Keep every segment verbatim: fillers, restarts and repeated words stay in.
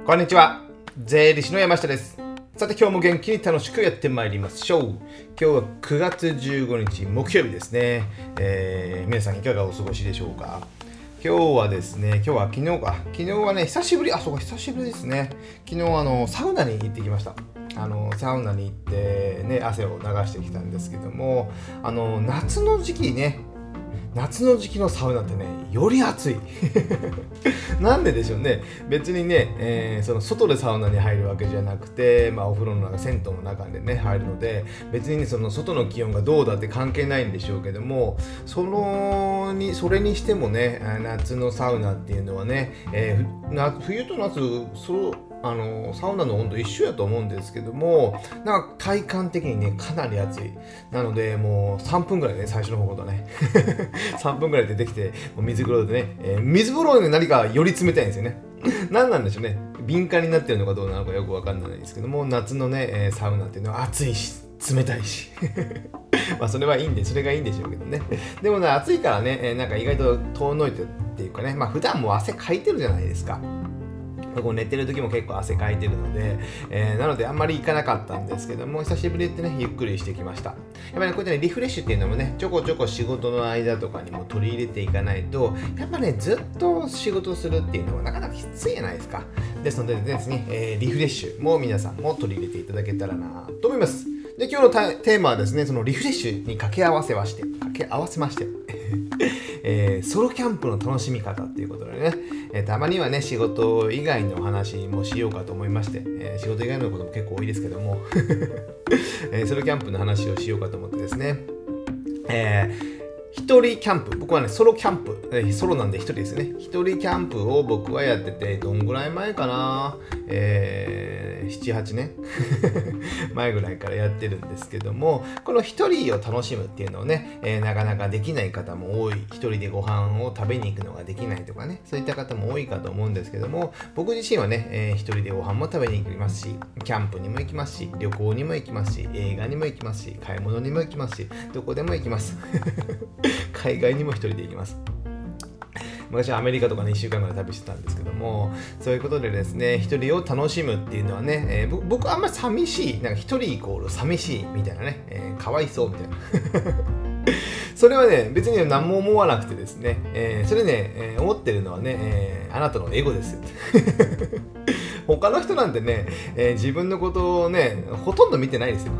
こんにちは、税理士の山下です。さて今日も元気に楽しくやってまいりましょう。今日はくがつじゅうごにち木曜日ですね、えー、皆さんいかがお過ごしでしょうか。今日はですね、今日は昨日か昨日はね久しぶりあそうか久しぶりですね。昨日あのサウナに行ってきました。あのサウナに行ってね汗を流してきたんですけども、あの夏の時期ね夏の時期のサウナってねより暑いなんででしょうね。別にね、えー、その外でサウナに入るわけじゃなくて、まあ、お風呂の中銭湯の中でね入るので、別に、ね、その外の気温がどうだって関係ないんでしょうけども、そのにそれにしてもね夏のサウナっていうのはね、えー、な冬と夏そうあのサウナの温度一緒やと思うんですけども、なんか体感的にねかなり暑い。なのでもうさんぷんぐらいね最初の方ほどねさんぷんぐらい出てきてもう水風呂でね、えー、水風呂で何かより冷たいんですよね何なんでしょうね。敏感になってるのかどうなのかよくわかんないんですけども、夏のね、えー、サウナっていうのは暑いし冷たいしまあそれはいいんでそれがいいんでしょうけどね。でもね暑いからね、えー、なんか意外と遠のいてっていうかね、まあ普段も汗かいてるじゃないですか。こう寝てる時も結構汗かいてるので、えー、なのであんまり行かなかったんですけども、久しぶりってねゆっくりしてきました。やっぱり、ね、こうやってねリフレッシュっていうのもねちょこちょこ仕事の間とかにも取り入れていかないと、やっぱねずっと仕事するっていうのはなかなかきついじゃないですか。ですのでですね、えー、リフレッシュも皆さんも取り入れていただけたらなと思います。で今日のテーマはですね、そのリフレッシュに掛け合わせまして掛け合わせましてえー、ソロキャンプの楽しみ方っていうことでね、えー、たまにはね仕事以外の話もしようかと思いまして、えー、仕事以外のことも結構多いですけども、えー、ソロキャンプの話をしようかと思ってですね、えー一人キャンプ、僕はねソロキャンプ、えー、ソロなんで一人ですね。一人キャンプを僕はやってて、どんぐらい前かな、えー、ななはちねん前ぐらいからやってるんですけども、この一人を楽しむっていうのをね、えー、なかなかできない方も多い。一人でご飯を食べに行くのができないとかね、そういった方も多いかと思うんですけども、僕自身はね、えー、一人でご飯も食べに行きますし、キャンプにも行きますし、旅行にも行きますし、映画にも行きますし、買い物にも行きますし、どこでも行きます海外にも一人で行きます。昔はアメリカとかねいっしゅうかんぐらい旅してたんですけども、そういうことでですね一人を楽しむっていうのはね、えー、僕はあんまり寂しい、なんか一人イコール寂しいみたいなね、えー、かわいそうみたいなそれはね別に何も思わなくてですね、えー、それね、えー、思ってるのはね、えー、あなたのエゴですよ他の人なんてね、えー、自分のことをねほとんど見てないですよ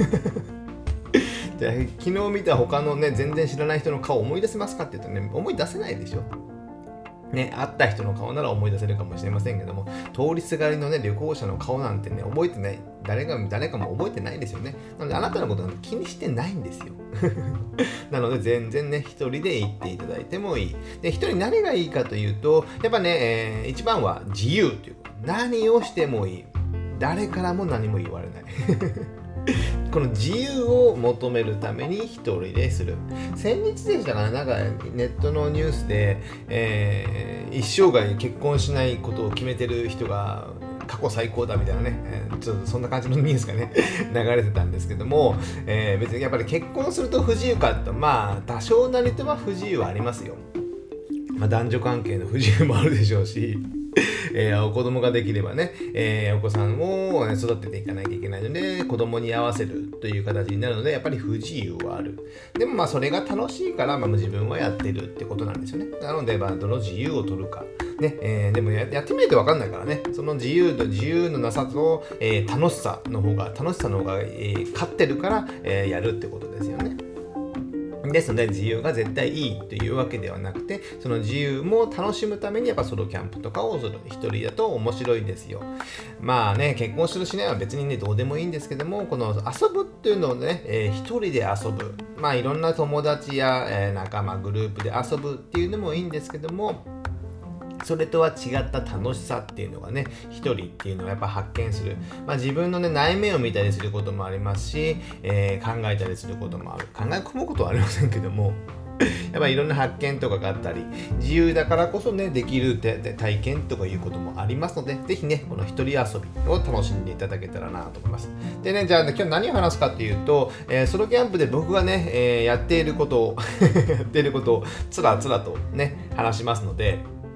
じゃあ昨日見た他のね全然知らない人の顔を思い出せますかって言うとね思い出せないでしょね、会った人の顔なら思い出せるかもしれませんけども、通りすがりのね旅行者の顔なんてね覚えてない、誰が誰かも覚えてないですよね。なのであなたのことなんて気にしてないんですよなので全然ね一人で行っていただいてもいい。で一人何がいいかというと、やっぱね、えー、一番は自由という、何をしてもいい、誰からも何も言われないこの自由を求めるために一人でする。先日でしたかな、なんかネットのニュースで、えー、一生涯結婚しないことを決めてる人が過去最高だみたいなね、えー、ちょっとそんな感じのニュースがね流れてたんですけども、えー、別にやっぱり結婚すると不自由かと、まあ多少なりとは不自由はありますよ。まあ、男女関係の不自由もあるでしょうしえー、お子供ができればね、えー、お子さんを育てていかなきゃいけないので子供に合わせるという形になるので、やっぱり不自由はある。でもまあそれが楽しいから、まあ、自分はやってるってことなんですよね。なので、まあ、どの自由を取るかね、えー、でも や, やってみないと分かんないからね、その自由と自由のなさと、えー、楽しさの方が楽しさの方が、えー、勝ってるから、えー、やるってことですよね。ですので自由が絶対いいというわけではなくて、その自由も楽しむためにやっぱソロキャンプとかをする。一人だと面白いですよ。まあね、結婚するしないは別にねどうでもいいんですけども、この遊ぶっていうのをね、えー、一人で遊ぶ、まあいろんな友達や、えー、仲間グループで遊ぶっていうのもいいんですけども、それとは違った楽しさっていうのがね一人っていうのをやっぱ発見する。まあ自分のね内面を見たりすることもありますし、えー、考えたりすることもある。考え込むことはありませんけどもやっぱりいろんな発見とかがあったり、自由だからこそねできる体験とかいうこともありますので、ぜひねこの一人遊びを楽しんでいただけたらなと思います。でね、じゃあ、ね、今日何を話すかっていうと、えー、ソロキャンプで僕がね、えー、やっていることをやっていることをつらつらとね話しますので、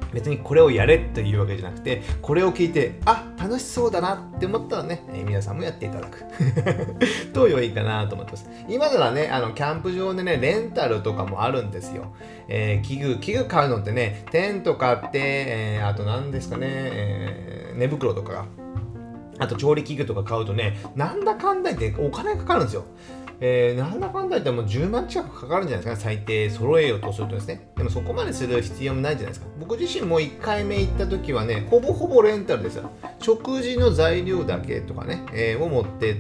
別にこれをやれというわけじゃなくて、これを聞いて、あ、楽しそうだなって思ったらね、えー、皆さんもやっていただくと良いかなと思ってます。今ならね、あのキャンプ場でね、レンタルとかもあるんですよ。えー、器具器具買うのってね、テント買って、えー、あと何ですかね、えー、寝袋とか、あと調理器具とか買うとね、なんだかんだ言ってお金かかるんですよ。えー、なんだかんだ言ってもじゅうまん近くかかるんじゃないですかね、最低揃えようとするとですね。でもそこまでする必要もないじゃないですか。僕自身もいっかいめ行った時はね、ほぼほぼレンタルですよ。食事の材料だけとかね、えー、を持ってって、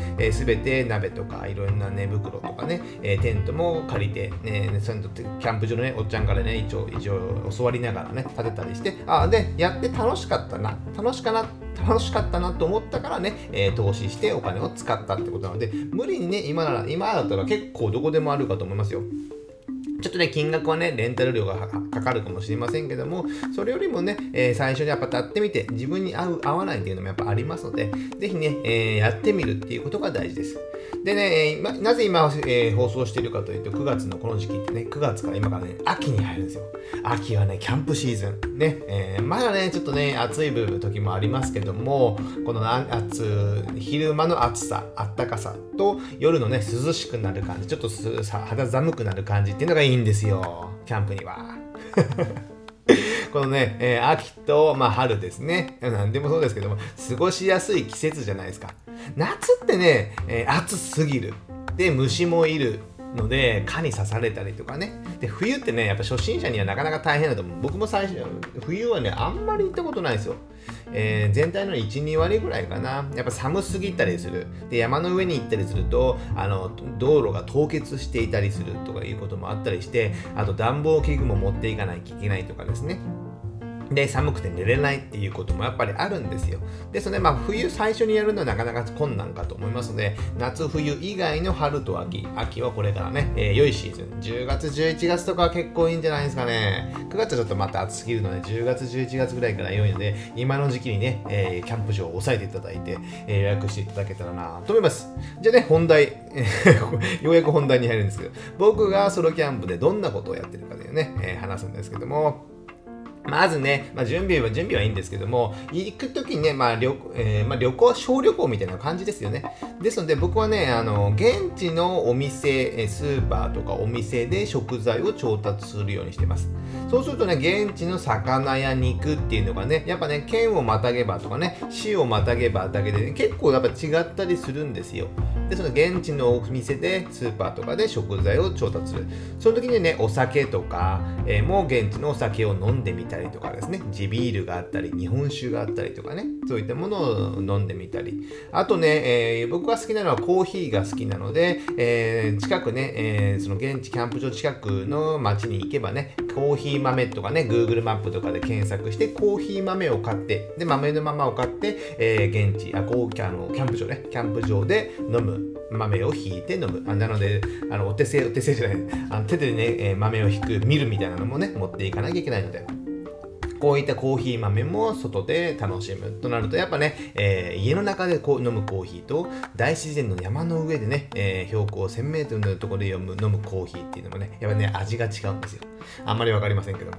えー、全て鍋とかいろんな寝袋とかね、えー、テントも借りて、ね、そのキャンプ場のね、おっちゃんからね、一応、一応教わりながらね、立てたりして、あ、で、やって楽しかったな、楽しかな、楽しかったなと思ったからね、えー、投資してお金を使ったってことなので、無理にね、今なら、今だったら結構どこでもあるかと思いますよ。ちょっとね、金額はね、レンタル料がかかるかもしれませんけども、それよりもね、えー、最初にやっぱ立ってみて、自分に合う、合わないっていうのもやっぱありますので、ぜひね、えー、やってみるっていうことが大事です。でね、えー、なぜ今、えー、放送しているかというと、くがつのこの時期ってね、くがつから今からね、秋に入るんですよ。秋はね、キャンプシーズン。ね、えー、まだね、ちょっとね、暑い部分時もありますけども、この暑、昼間の暑さ、あったかさと、夜のね、涼しくなる感じ、ちょっと肌寒くなる感じっていうのがいいんですよ、キャンプには。このね、えー、秋と、まあ、春ですね。何でもそうですけども、過ごしやすい季節じゃないですか。夏ってね、えー、暑すぎる。で、虫もいるので、蚊に刺されたりとかね。で、冬ってね、やっぱ初心者にはなかなか大変だと思う。僕も最初、冬はね、あんまり行ったことないですよ。えー、全体のいち、にわりぐらいかな。やっぱ寒すぎたりする。で、山の上に行ったりすると、あの、道路が凍結していたりするとかいうこともあったりして、あと暖房器具も持っていかないといけないとかですね。で、寒くて寝れないっていうこともやっぱりあるんですよ。ですので、まあ、冬最初にやるのはなかなか困難かと思いますので、夏冬以外の春と秋、秋はこれからね、えー、良いシーズン。じゅうがつ、じゅういちがつとかは結構いいんじゃないですかね。くがつはちょっとまた暑すぎるので、じゅうがつ、じゅういちがつぐらいから良いので、今の時期にね、えー、キャンプ場を押さえていただいて、えー、予約していただけたらなと思います。じゃあね、本題、ようやく本題に入るんですけど、僕がソロキャンプでどんなことをやってるかというね、えー、話すんですけども、まずね、まあ、準備は、準備はいいんですけども、行くときにね、まあ旅、えー、まあ、旅行、小旅行みたいな感じですよね。ですので、僕はね、あの、現地のお店、スーパーとかお店で食材を調達するようにしています。そうするとね、現地の魚や肉っていうのがね、やっぱね、県をまたげばとかね、市をまたげばだけで、ね、結構やっぱ違ったりするんですよ。で、その現地のお店で、スーパーとかで食材を調達する。その時にね、お酒とか、えー、もう現地のお酒を飲んでみたりとかですね、地ビールがあったり、日本酒があったりとかね、そういったものを飲んでみたり。あとね、えー、僕が好きなのはコーヒーが好きなので、えー、近くね、えー、その現地キャンプ場近くの町に行けばね、コーヒー豆とかね、Google マップとかで検索して、コーヒー豆を買って、で、豆のままを買って、えー、現地、あ、こう、あの、キャンプ場ね、キャンプ場で飲む。豆をひいて飲む。あなので、あのお手製、お手製じゃない、あの手でね、えー、豆をひくミルみたいなのもね、持っていかなきゃいけないので、こういったコーヒー豆も外で楽しむとなると、やっぱね、えー、家の中でこう飲むコーヒーと、大自然の山の上でね、えー、標高せんメートルのところで飲む、飲むコーヒーっていうのもね、やっぱね、味が違うんですよ。あんまりわかりませんけども。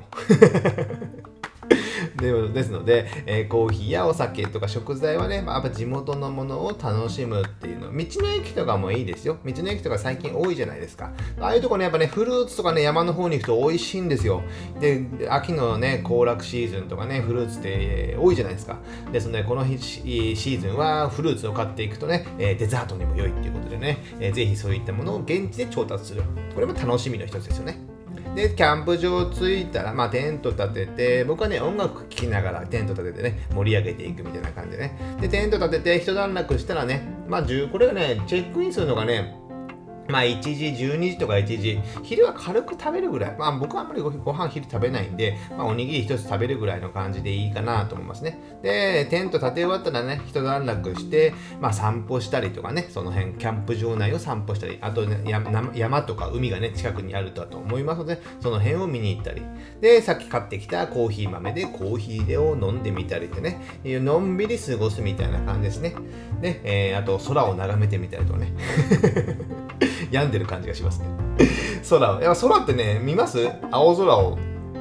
ですので、えー、コーヒーやお酒とか食材はね、まあ、やっぱ地元のものを楽しむっていうの、道の駅とかもいいですよ。道の駅とか最近多いじゃないですか。ああいうとこね、やっぱね、フルーツとかね、山の方に行くと美味しいんですよ。で、秋のね、行楽シーズンとかね、フルーツって多いじゃないですか。ですので、このシーズンはフルーツを買っていくとね、デザートにも良いっていうことでね、えー、ぜひそういったものを現地で調達する。これも楽しみの一つですよね。で、キャンプ場着いたら、まあ、テント立てて、僕はね、音楽聴きながらテント立ててね、盛り上げていくみたいな感じでね。で、テント立てて、一段落したらね、まあ、これがね、チェックインするのがね、まあいちじ、じゅうにじとかいちじ、昼は軽く食べるぐらい。まあ僕はあんまり ご, ご飯昼食べないんで、まあおにぎり一つ食べるぐらいの感じでいいかなと思いますね。で、テント立て終わったらね、一段落して、まあ散歩したりとかね、その辺、キャンプ場内を散歩したり、あとね、山, 山とか海がね、近くにあると思いますので、その辺を見に行ったり、で、さっき買ってきたコーヒー豆でコーヒーを飲んでみたりってね、のんびり過ごすみたいな感じですね。で、えー、あと空を眺めてみたりとかね。病んでる感じがしますね。空を。やっぱ空ってね、見ます？青空を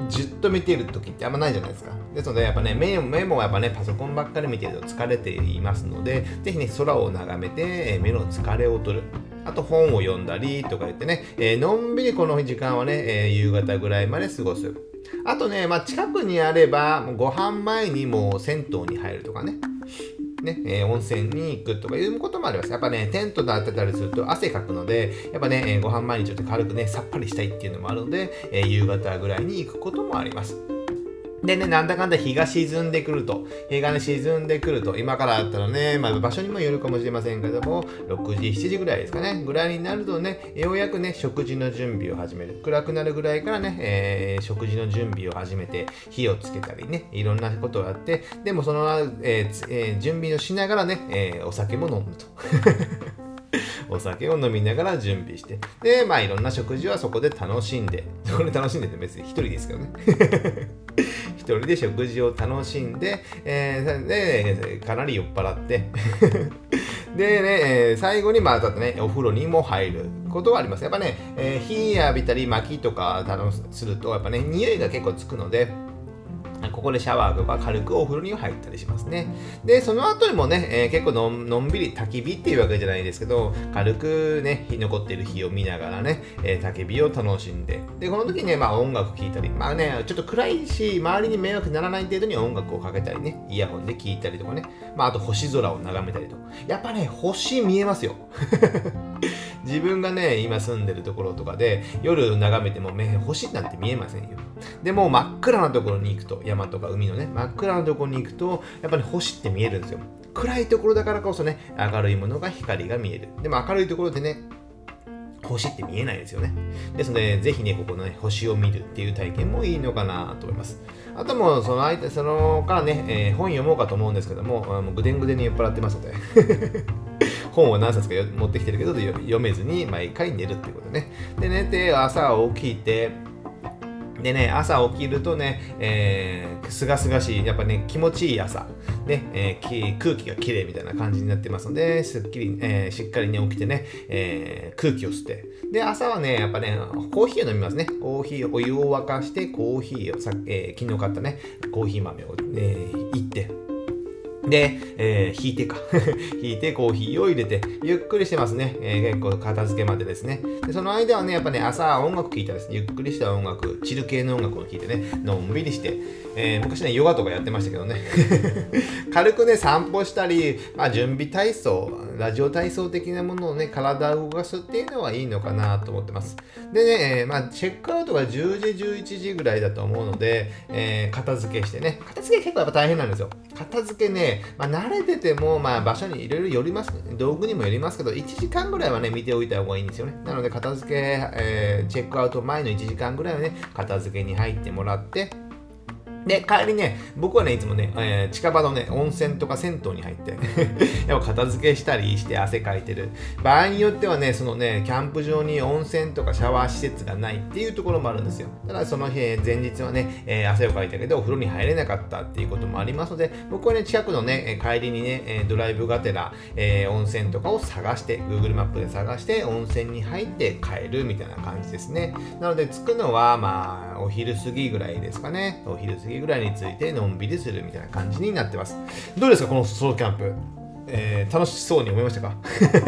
じっと見ている時ってあんまないじゃないですか。ですのでやっぱね目目もやっぱねパソコンばっかり見てると疲れていますので、ぜひね空を眺めて目の疲れを取る。あと本を読んだりとか言ってね、えー、のんびりこの時間はね、えー、夕方ぐらいまで過ごす。あとね、まあ、近くにあればご飯前にもう銭湯に入るとかね。ね、えー、温泉に行くとかいうこともあります。やっぱね、テントで当てたりすると汗かくので、やっぱね、えー、ご飯前にちょっと軽くね、さっぱりしたいっていうのもあるので、えー、夕方ぐらいに行くこともあります。でね、なんだかんだ日が沈んでくると、日がね、沈んでくると、今からだったらね、まあ場所にもよるかもしれませんけども、ろくじ、しちじぐらいですかね、ぐらいになるとね、ようやくね、食事の準備を始める。暗くなるぐらいからね、えー、食事の準備を始めて、火をつけたりね、いろんなことをやって、でもその、えーえー、準備をしながらね、えー、お酒も飲むと。お酒を飲みながら準備して、で、まあいろんな食事はそこで楽しんで、そこで楽しんでて別に一人ですけどね。一人で食事を楽しんで、えー、で、かなり酔っ払って、でね、最後にまたね、お風呂にも入ることはあります。やっぱね、えー、火浴びたり薪とかすると、やっぱね、匂いが結構つくので、ここでシャワーとか軽くお風呂に入ったりしますね。で、その後にもね、えー、結構の ん, のんびり焚き火っていうわけじゃないですけど、軽くね、火残ってる火を見ながらね、えー、焚き火を楽しんで、で、この時にね、まあ音楽聴いたり、まあね、ちょっと暗いし、周りに迷惑にならない程度に音楽をかけたりね、イヤホンで聴いたりとかね、まああと星空を眺めたりと。やっぱね、星見えますよ。自分がね、今住んでるところとかで、夜眺めても、ね、星なんて見えませんよ。でも真っ暗なところに行くと、山とか海のね、真っ暗なところに行くと、やっぱり星って見えるんですよ。暗いところだからこそね、明るいものが光が見える。でも明るいところでね、星って見えないですよね。ですので、ぜひね、ここのね、星を見るっていう体験もいいのかなと思います。あともう、その間、そのからね、えー、本読もうかと思うんですけども、もうぐでんぐでんに酔っ払ってますので。本を何冊か持ってきてるけど読めずに毎回寝るっていうことね。で寝て朝起きてでね朝起きるとね、えー、すがすがしいやっぱね気持ちいい朝ね、えー、空気がきれいみたいな感じになってますので、すっきり、えー、しっかりね起きてね、えー、空気を吸ってで朝はねやっぱねコーヒーを飲みますね。コーヒーお湯を沸かしてコーヒーをさ、えー、昨日買ったねコーヒー豆を、えー、いってで、えー、引いてか。引いてコーヒーを入れて、ゆっくりしてますね。えー、結構片付けまでですね。で、その間はね、やっぱね、朝音楽聴いたですね。ゆっくりした音楽、チル系の音楽を聴いてね、のんびりして、えー、昔ね、ヨガとかやってましたけどね。軽くね、散歩したり、まあ、準備体操、ラジオ体操的なものをね、体を動かすっていうのはいいのかなと思ってます。でね、えー、まあ、チェックアウトがじゅうじ、じゅういちじぐらいだと思うので、えー、片付けしてね。片付け結構やっぱ大変なんですよ。片付けね、まあ、慣れてても、まあ、場所にいろいろよります、道具にもよりますけど、いちじかんぐらいはね、見ておいた方がいいんですよね。なので、片付け、えー、チェックアウト前のいちじかんぐらいはね、片付けに入ってもらって、で、帰りね、僕はね、いつもね、えー、近場のね、温泉とか銭湯に入って、やっぱ片付けしたりして汗かいてる。場合によってはね、そのね、キャンプ場に温泉とかシャワー施設がないっていうところもあるんですよ。ただその日、前日はね、えー、汗をかいたけど、お風呂に入れなかったっていうこともありますので、僕はね、近くのね、帰りにね、ドライブがてら、えー、温泉とかを探して、Google マップで探して、温泉に入って帰るみたいな感じですね。なので、着くのは、まあ、お昼過ぎぐらいですかね。お昼過ぎぐらいについてのんびりするみたいな感じになってます。どうですかこのソロキャンプ、えー、楽しそうに思いましたか？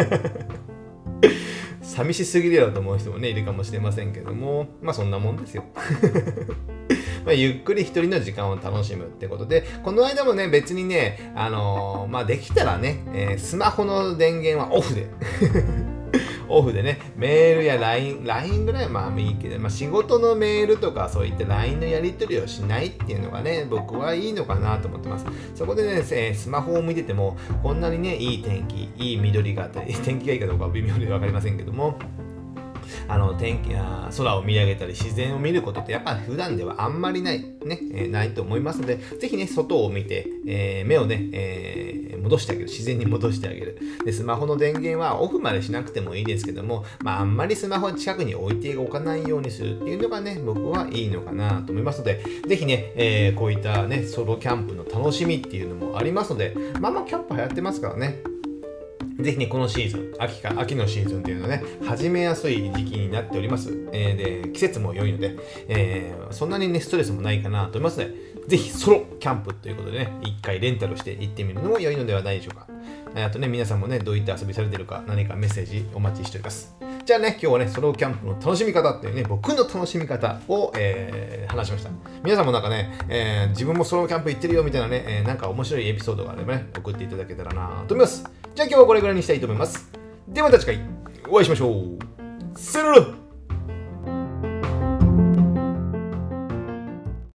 寂しすぎるよと思う人もねいるかもしれませんけども、まあそんなもんですよ。まあゆっくり一人の時間を楽しむってことで、この間もね別にねあのー、まあできたらね、えー、スマホの電源はオフでオフでね、メールや ライン、ライン ぐらいはまあいいけど、まあ、仕事のメールとかそういった ライン のやり取りをしないっていうのがね、僕はいいのかなと思ってます。そこでね、スマホを見てても、こんなにね、いい天気、いい緑があったり、天気がいいかどうかは微妙でわかりませんけども、あの天気や空を見上げたり自然を見ることってやっぱ普段ではあんまりないね、えー、ないと思いますので、ぜひね外を見て、えー、目をね、えー、戻してあげる、自然に戻してあげる。でスマホの電源はオフまでしなくてもいいですけども、まああんまりスマホを近くに置いておかないようにするっていうのがね僕はいいのかなと思いますので、ぜひね、えー、こういったねソロキャンプの楽しみっていうのもありますので、まあまあキャンプ流行ってますからね。 ぜひね、このシーズン、秋か、秋のシーズンっていうのはね、始めやすい時期になっております。えー、で、季節も良いので、えー、そんなにね、ストレスもないかなと思いますので、ぜひソロキャンプということでね、一回レンタルして行ってみるのも良いのではないでしょうか。あとね、皆さんもね、どういった遊びされてるか、何かメッセージお待ちしております。じゃあね、今日はね、ソロキャンプの楽しみ方っていうね、僕の楽しみ方を、えー、話しました。皆さんもなんかね、えー、自分もソロキャンプ行ってるよみたいなね、えー、なんか面白いエピソードがあればね、送っていただけたらなと思います。じゃあ今日はこれぐらいにしたいと思います。ではまた次回お会いしましょう。さよなら。